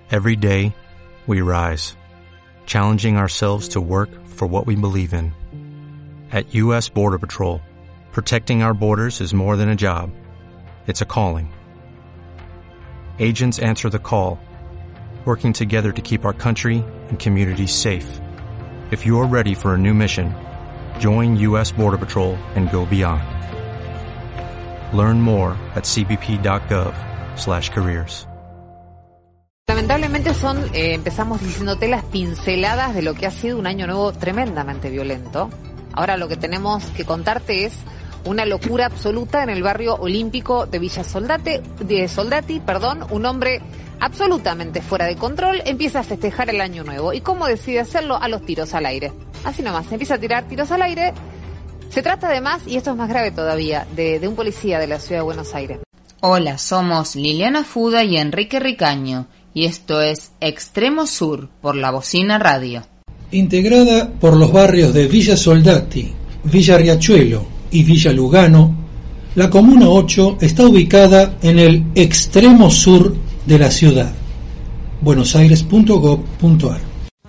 Every day, we rise, challenging ourselves to work for what we believe in. At U.S. Border Patrol, protecting our borders is more than a job. It's a calling. Agents answer the call, working together to keep our country and communities safe. If you are ready for a new mission, join U.S. Border Patrol and go beyond. Learn more at cbp.gov/careers. Lamentablemente empezamos diciéndote las pinceladas de lo que ha sido un año nuevo tremendamente violento. Ahora lo que tenemos que contarte es una locura absoluta en el barrio olímpico de Villa Soldati, un hombre absolutamente fuera de control empieza a festejar el año nuevo. ¿Y cómo decide hacerlo? A los tiros al aire. Así nomás, empieza a tirar tiros al aire. Se trata además, y esto es más grave todavía, de un policía de la ciudad de Buenos Aires. Hola, somos Liliana Fuda y Enrique Ricaño, y esto es Extremo Sur por La Bocina Radio. Integrada por los barrios de Villa Soldati, Villa Riachuelo y Villa Lugano, la Comuna 8 está ubicada en el extremo sur de la ciudad. buenosaires.gov.ar.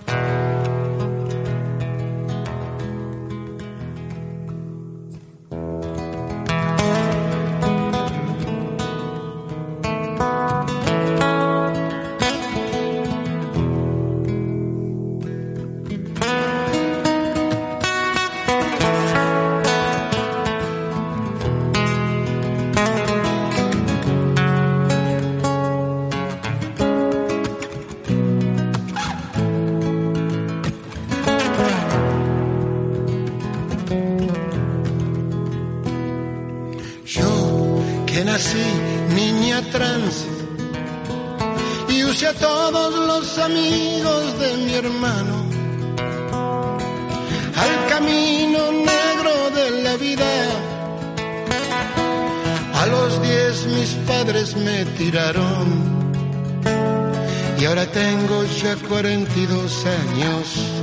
Y ahora tengo ya 42 años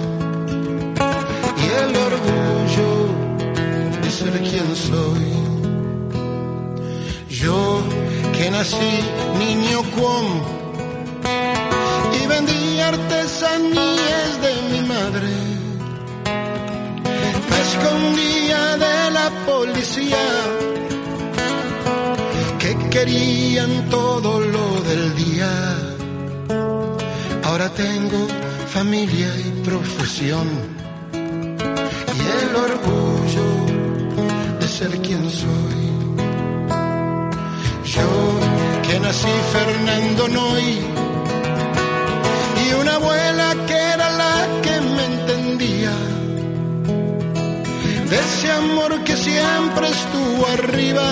y el orgullo de ser quien soy. Yo que nací niño cuom y vendí artesanías de mi madre, me escondía de la policía que querían todo lo del día. Ahora tengo familia y profesión y el orgullo de ser quien soy. Yo que nací Fernando Noy y una abuela que era la que me entendía, de ese amor que siempre estuvo arriba.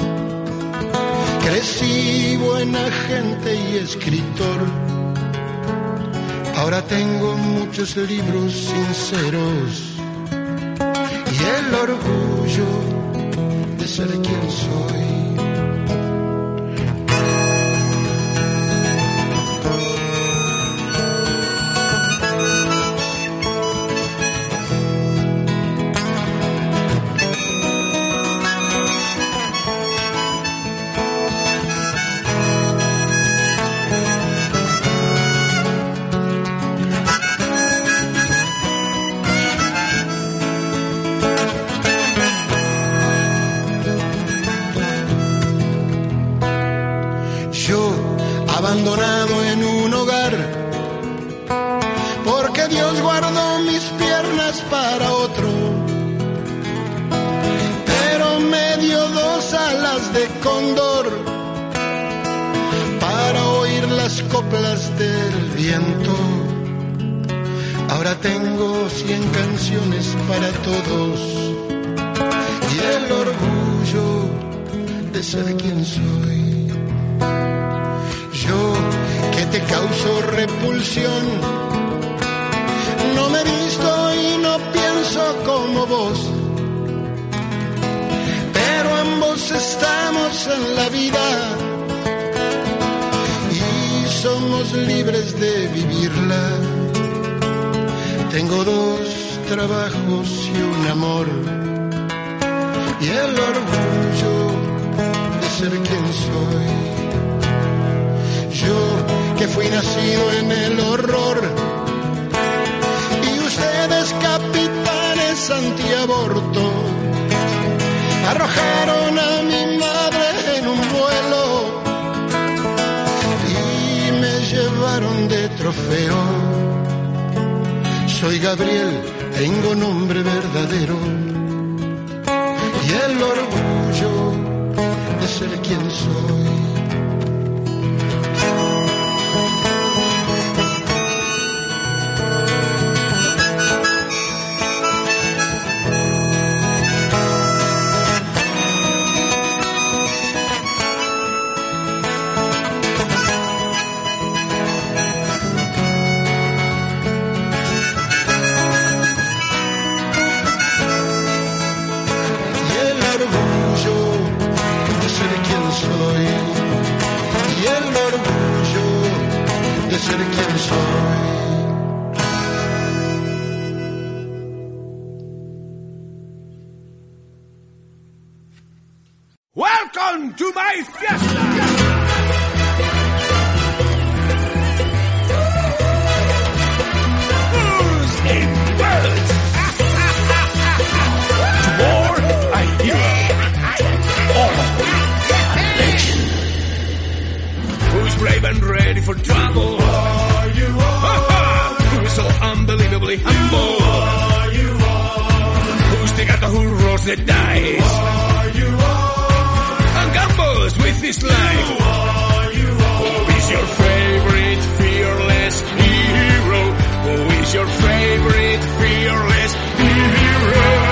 Crecí buena gente y escritor. Ahora tengo muchos libros sinceros y el orgullo de ser quien soy. Abandonado en un hogar, porque Dios guardó mis piernas para otro, pero me dio 2 alas de cóndor para oír las coplas del viento. Ahora tengo 100 canciones para todos y el orgullo de ser quien soy. Yo que te causo repulsión, no me he visto y no pienso como vos, pero ambos estamos en la vida y somos libres de vivirla. Tengo 2 trabajos y un amor y el orgullo de ser quien soy. Yo que que fui nacido en el horror. Y ustedes, capitanes antiaborto, arrojaron a mi madre en un vuelo y me llevaron de trofeo. Soy Gabriel, tengo nombre verdadero y el orgullo de ser quien soy. Ser quien soy. Welcome to my fiesta. Who's in words? To war, a hero. Oh, a legend. Who's brave and ready for trouble? Who's so unbelievably humble? Who's the guy who rolls the dice and gambles with his life? Who is your favorite fearless hero? Who is your favorite fearless hero?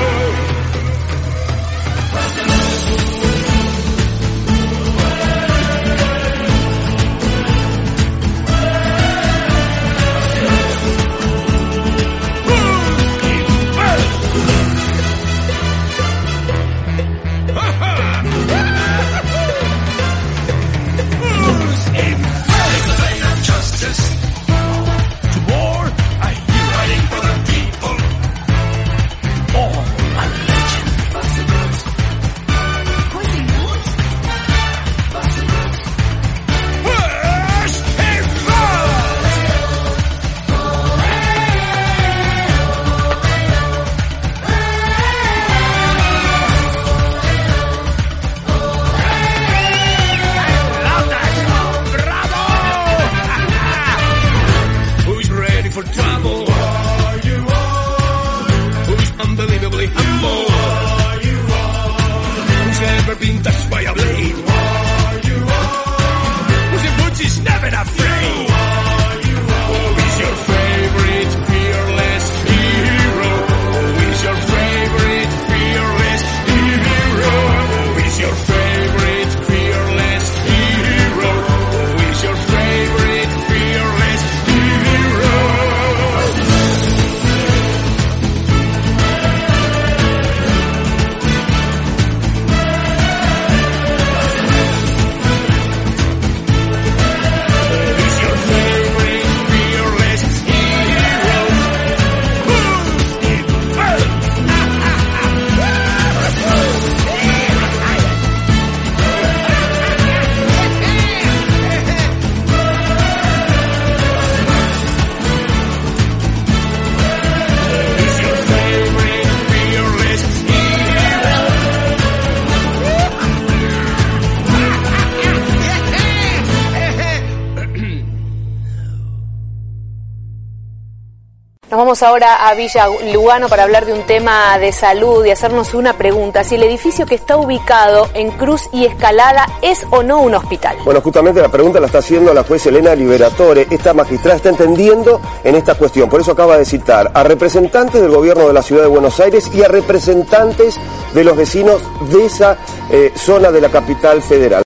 Nos vamos ahora a Villa Lugano para hablar de un tema de salud y hacernos una pregunta: si el edificio que está ubicado en Cruz y Escalada es o no un hospital. Bueno, justamente la pregunta la está haciendo la juez Elena Liberatore. Esta magistrada está entendiendo en esta cuestión, por eso acaba de citar a representantes del gobierno de la ciudad de Buenos Aires y a representantes de los vecinos de esa zona de la capital federal.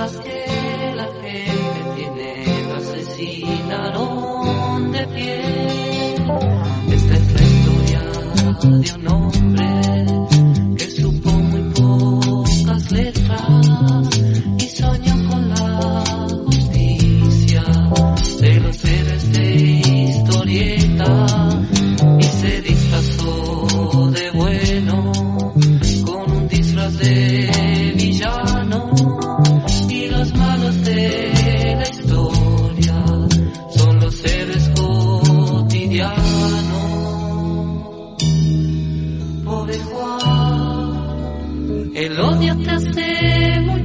las que la gente tiene lo asesinaron de pie. Esta es la historia de un hombre que supo muy pocas letras y soñó con la justicia de los héroes de historieta y se disfrazó de bueno con un disfraz de villano, y los malos de la historia son los seres cotidianos. Pobre Juan, el odio te hace muy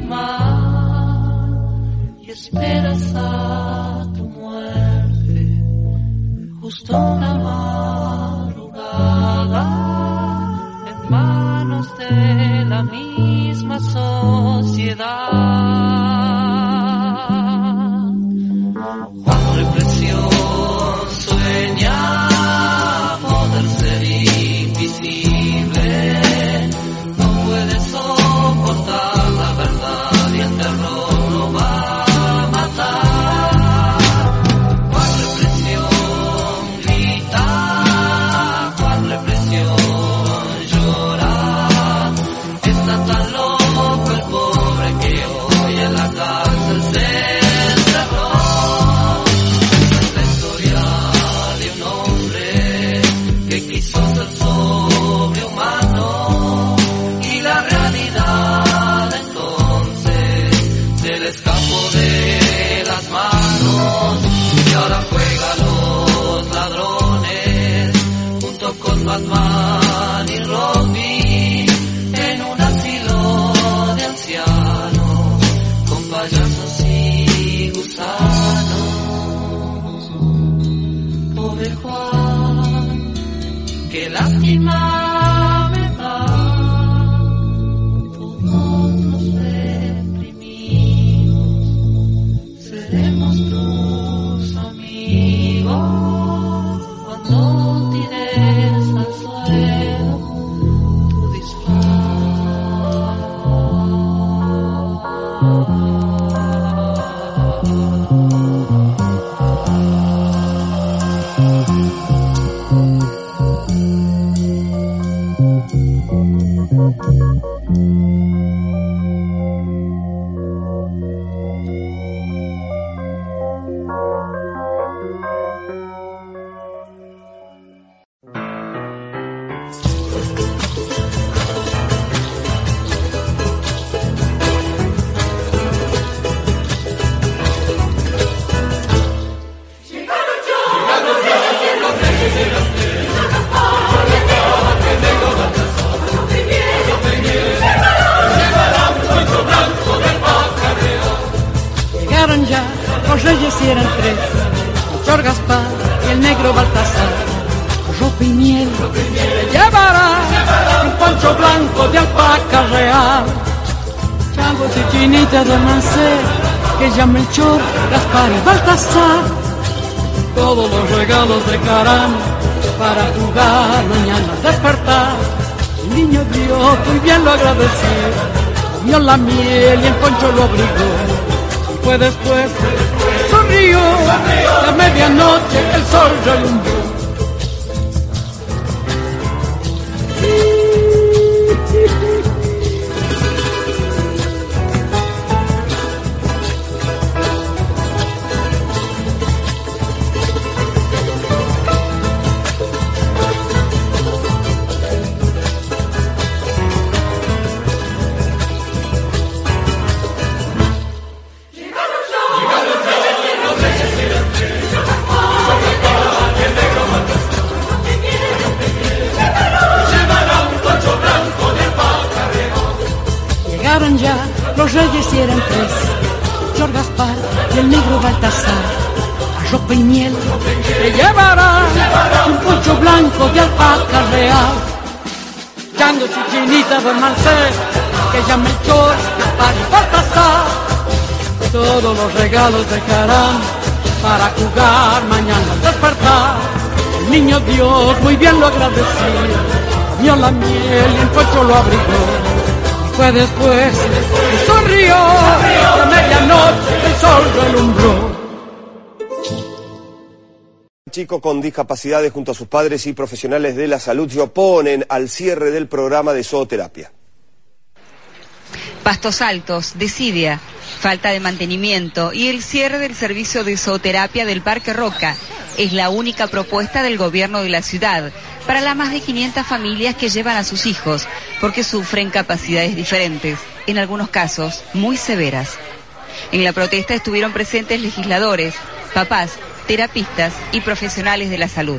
mal y esperas a tu muerte justo una madrugada en manos de la misma sociedad. Juan Represión sueña poder ser invisible, no puede soportar la verdad y el terror lo va a matar. Juan Represión grita, Juan Represión llora, está tan loco el pobre que hoy en la cárcel se encerró. Esta es la historia de un hombre que quiso ser sobrehumano y la realidad entonces se le escapó de las manos y ahora juega a los ladrones junto con Batman y Robin en un asilo de ancianos con payasos y gusanos. Pobre Juan, qué lástima me da, todos los deprimidos seremos tus amigos cuando tires al suelo tu Llegaron ya los reyes y eran tres, Melchor, Gaspar y el negro Baltasar. Ropa y miel se llevará un poncho blanco de alpaca real. Changos y chinitas duérmanse, que ya Melchor, Gaspar y Baltasar. Todos los regalos dejarán para jugar mañana al despertar. El niño Dios muy bien lo agradeció, comió la miel y el poncho lo abrigó. Fue después, sonrió, a medianoche el sol relumbró. Llegaron ya los reyes y eran tres, Melchor, Gaspar y el negro Baltasar. A ropa y miel le llevarán un poncho blanco de alpaca real. Changos y chinitas duérmanse, que ya Melchor, Gaspar y Baltasar. Todos los regalos dejarán para jugar mañana al despertar. El niño Dios muy bien lo agradeció, comió la miel y el poncho lo abrigó. fue después, y sonrió, y a medianoche el sol relumbró. Chicos con discapacidades junto a sus padres y profesionales de la salud se oponen al cierre del programa de zooterapia. Pastos altos, desidia, falta de mantenimiento y el cierre del servicio de zooterapia del Parque Roca es la única propuesta del gobierno de la ciudad para las más de 500 familias que llevan a sus hijos porque sufren capacidades diferentes, en algunos casos muy severas. En la protesta estuvieron presentes legisladores, papás, terapistas y profesionales de la salud.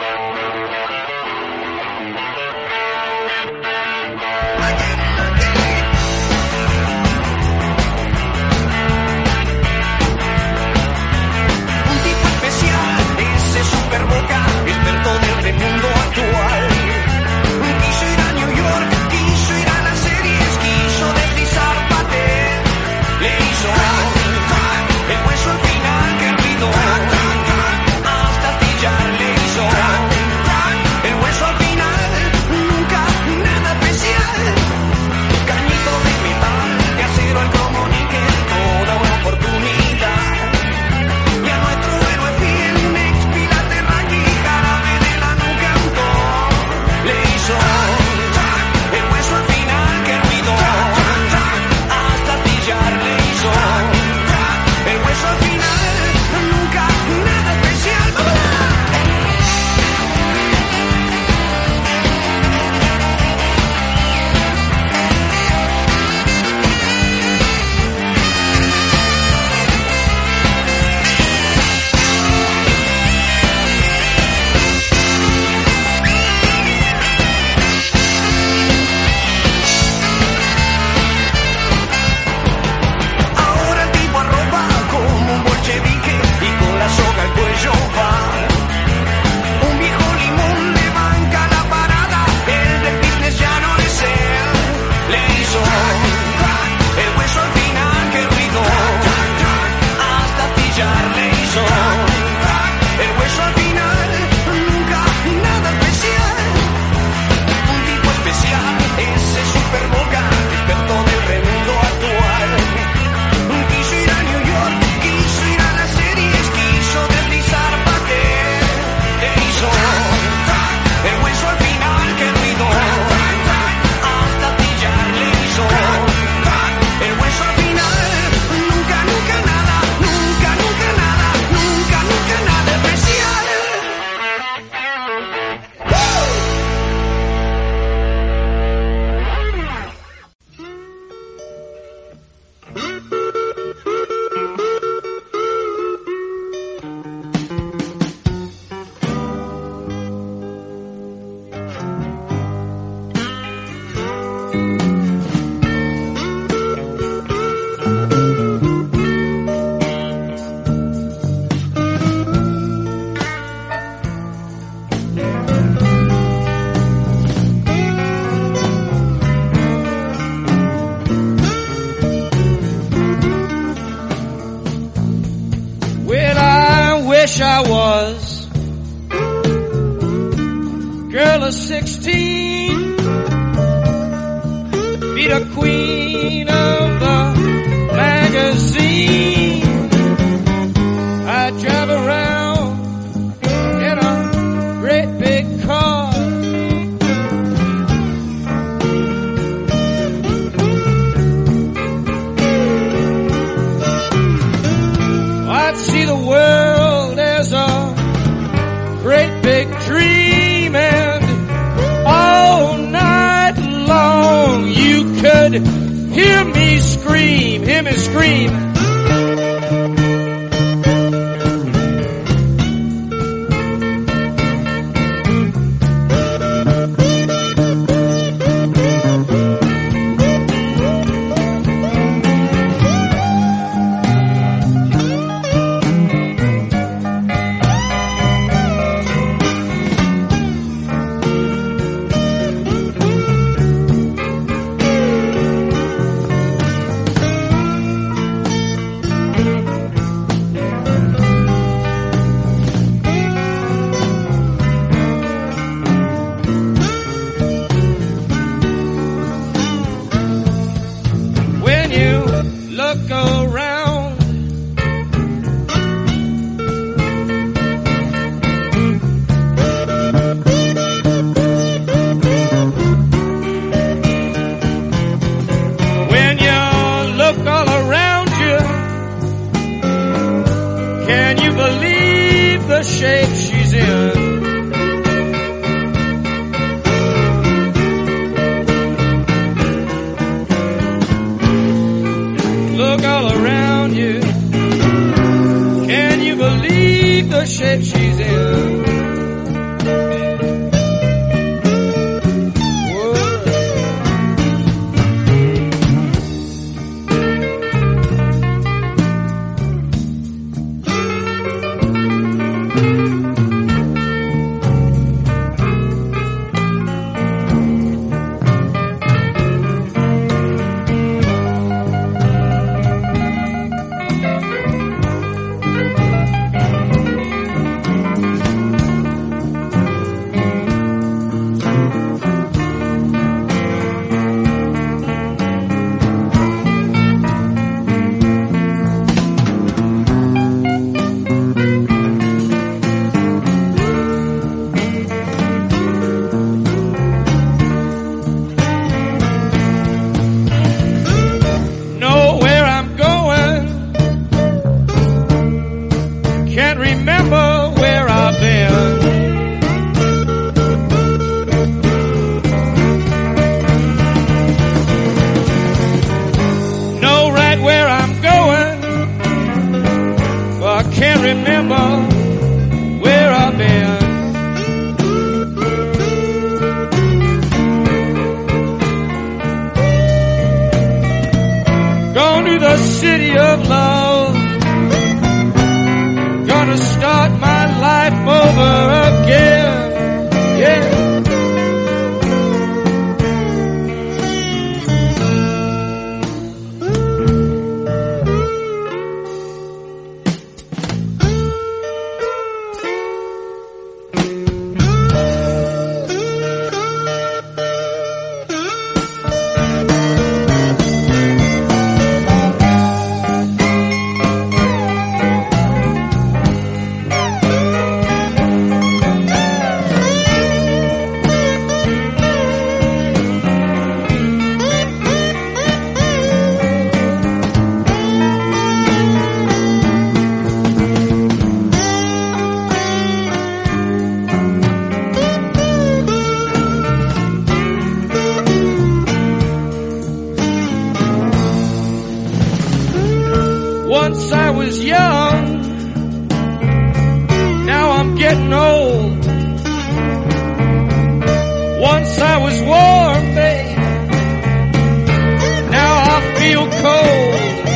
Un tipo especial, ese superboca, experto del mundo actual. Quiso ir a New York, quiso ir a las series, quiso deslizar papel. Le hizo el hueso al final que olvidó. Hasta pillar le hizo el hueso al final, nunca nada especial. Cañito de metal, de acero al cromo níquel, toda una oportunidad. Y a nuestro héroe fiel, un ex pilate raqui, jarabe de la nuca autor. Le hizo el hueso al final que olvidó. Hasta pillar le hizo el hueso al final, nunca nada especial. Ahora el tipo arropa como un bolchevique y con la soga al cuello va. Un viejo limón le banca la parada, el del business ya no desea. Le hizo el hueso al final que olvidó. Hasta pillar le hizo el hueso al final, nunca nada especial. Un tipo especial, ese superboca, experto del mundo actual. Quiso ir a New York, quiso ir a las series, quiso deslizar papel. Le hizo el hueso al final que olvidó. Hasta pillar le hizo el hueso al final, nunca, nunca nada, nunca, nunca nada, nunca, nunca nada especial. Well, I wish I was girl of 16, be the queen of the magazine. I drive around in a great big car. I'd see the world as a great big dream, and all night long you could hear me scream, hear me scream. the shape she's in. Look all around you. Can you believe the shape she's in? Once I was young, now I'm getting old. Once I was warm, babe, now I feel cold.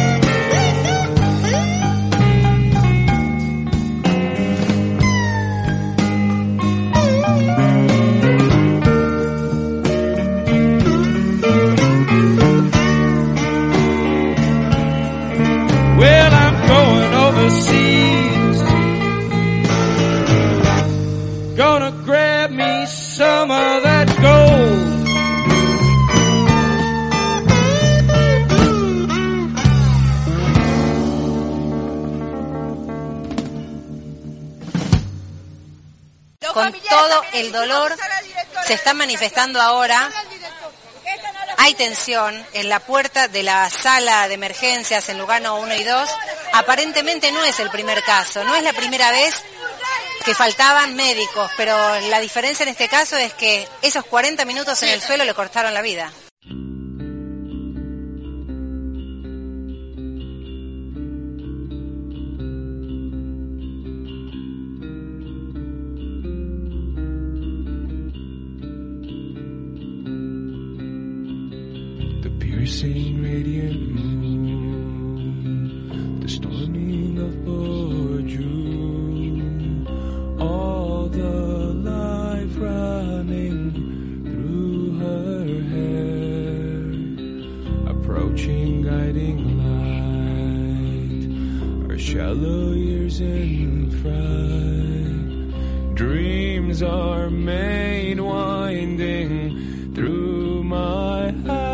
Well, I'm going overseas, gonna grab me some of that gold. Con todo el dolor se está manifestando ahora. Hay tensión en la puerta de la sala de emergencias en Lugano 1 y 2. Aparentemente no es el primer caso, no es la primera vez que faltaban médicos, pero la diferencia en este caso es que esos 40 minutos en el suelo le cortaron la vida. Piercing radiant moon, the storming of June, all the life running through her hair, approaching guiding light, her shallow years in fright, dreams are made winding through my heart.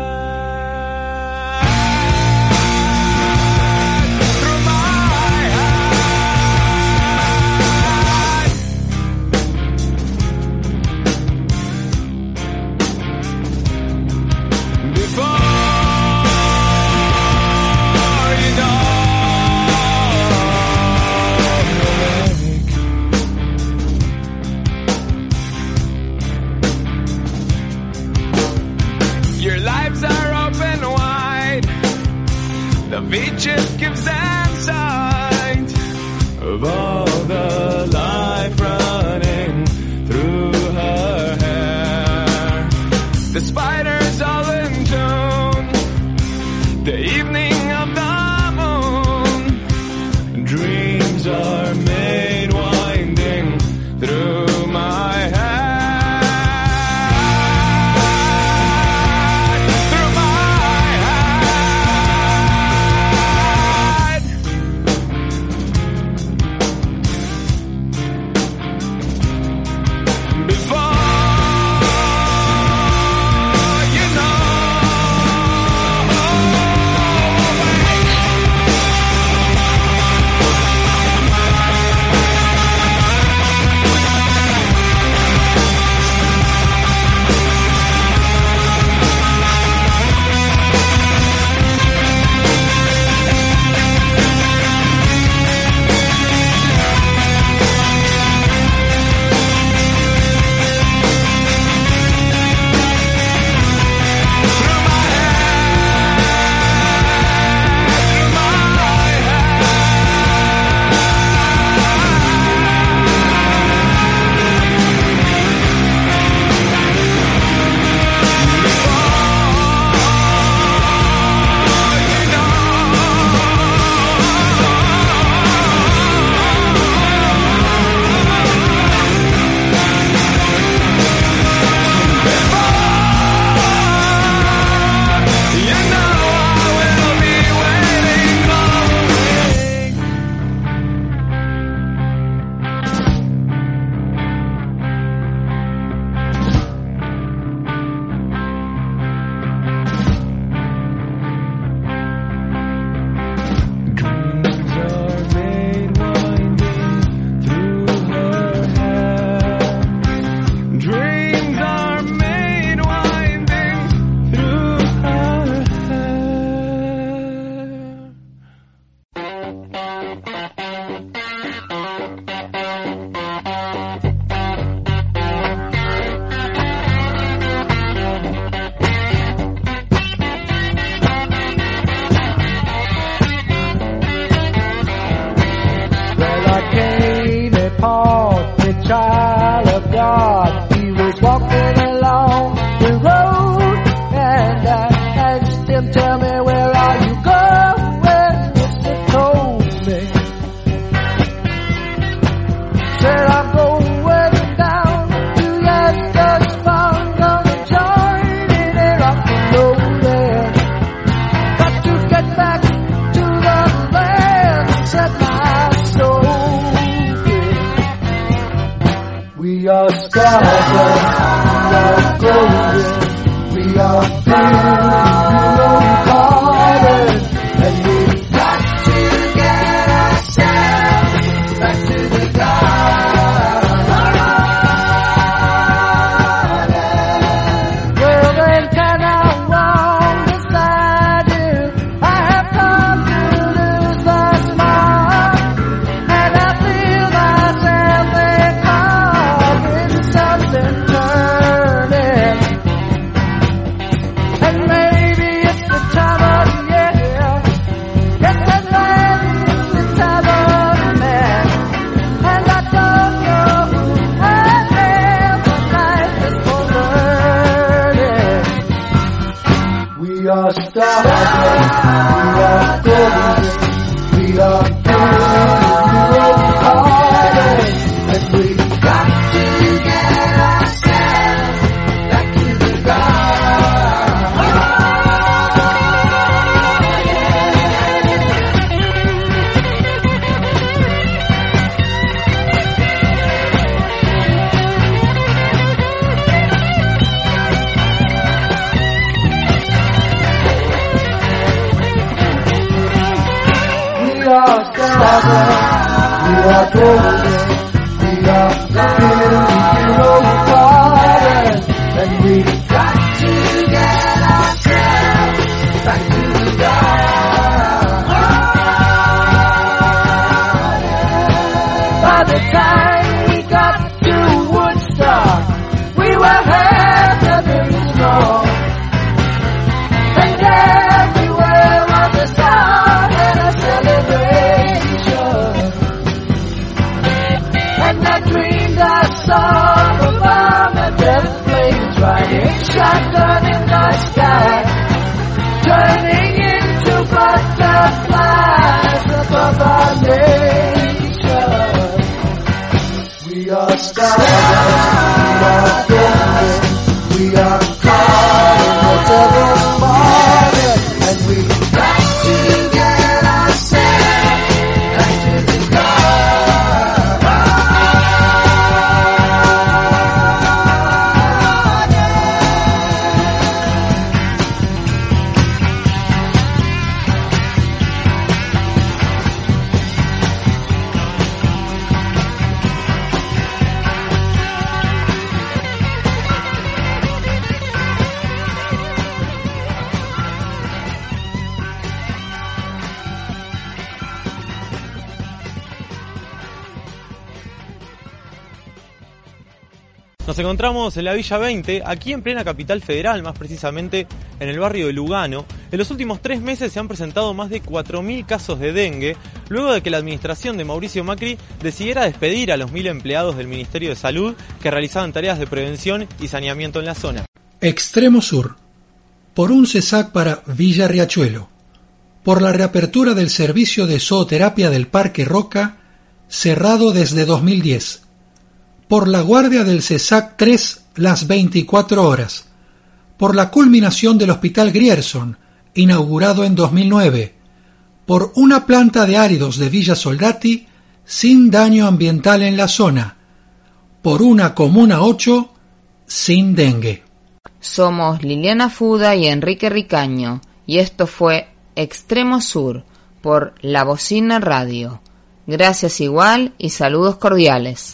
Child of God, he was walking along the road, and I asked him, tell me, where are you going? He told me, said, I'm going down to Lester's farm, gonna join in a rock and rollin'. Got to get back to the land, said my soul. We are stardust, we are golden, we are blue carbon, and we've got to get ourselves back to the garden. Well then, can I walk beside you? I have come to lose my smile, and I feel myself there. Something turning, and maybe it's the time of year. Yes, and maybe it's the time of man. And I don't know who I am, but life is for learning. We are stardust, we are golden, we are blue carbon, and we got to get ourselves back to the We are stardust, we are golden, we are beautiful garden, and we got to get ourselves back to the garden. By the time we got to Woodstock, we were happy and strong, and everywhere was a song and a celebration. And I dreamed I saw the bomb and death flames riding shotgun in the sky, turning into butterflies above our nation. We are stardust, we are golden, we are caught in whatever morning, and we got to get ourselves back to the garden. Nos encontramos en la Villa 20, aquí en plena capital federal, más precisamente en el barrio de Lugano. En los últimos 3 meses se han presentado más de 4.000 casos de dengue, luego de que la administración de Mauricio Macri decidiera despedir a los 1.000 empleados del Ministerio de Salud que realizaban tareas de prevención y saneamiento en la zona. Extremo Sur. Por un CESAC para Villa Riachuelo. Por la reapertura del servicio de zooterapia del Parque Roca, cerrado desde 2010. Por la guardia del CESAC 3 las 24 horas, por la culminación del Hospital Grierson, inaugurado en 2009, por una planta de áridos de Villa Soldati sin daño ambiental en la zona, por una Comuna 8 sin dengue. Somos Liliana Fuda y Enrique Ricaño, y esto fue Extremo Sur por La Bocina Radio. Gracias igual y saludos cordiales.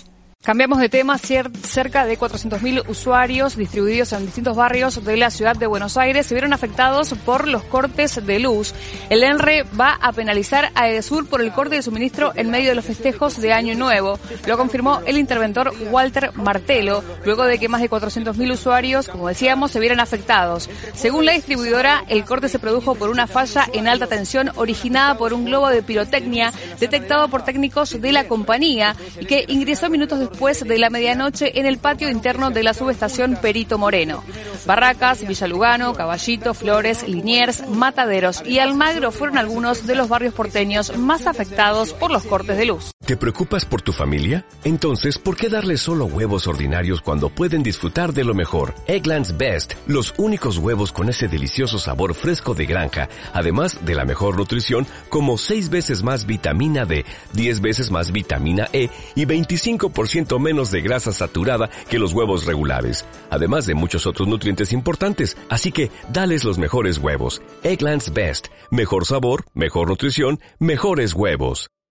Cambiamos de tema. Cerca de 400.000 usuarios distribuidos en distintos barrios de la ciudad de Buenos Aires se vieron afectados por los cortes de luz. El ENRE va a penalizar a Edesur por el corte de suministro en medio de los festejos de Año Nuevo. Lo confirmó el interventor Walter Martelo, luego de que más de 400.000 usuarios, como decíamos, se vieran afectados. Según la distribuidora, el corte se produjo por una falla en alta tensión originada por un globo de pirotecnia detectado por técnicos de la compañía y que ingresó minutos después de la medianoche en el patio interno de la subestación Perito Moreno. Barracas, Villa Lugano, Caballito, Flores, Liniers, Mataderos y Almagro fueron algunos de los barrios porteños más afectados por los cortes de luz. ¿Te preocupas por tu familia? Entonces, ¿por qué darles solo huevos ordinarios cuando pueden disfrutar de lo mejor? Eggland's Best, los únicos huevos con ese delicioso sabor fresco de granja, además de la mejor nutrición, como 6 veces más vitamina D, 10 veces más vitamina E y 25% menos de grasa saturada que los huevos regulares, además de muchos otros nutrientes importantes. Así que, dales los mejores huevos. Eggland's Best, mejor sabor, mejor nutrición, mejores huevos.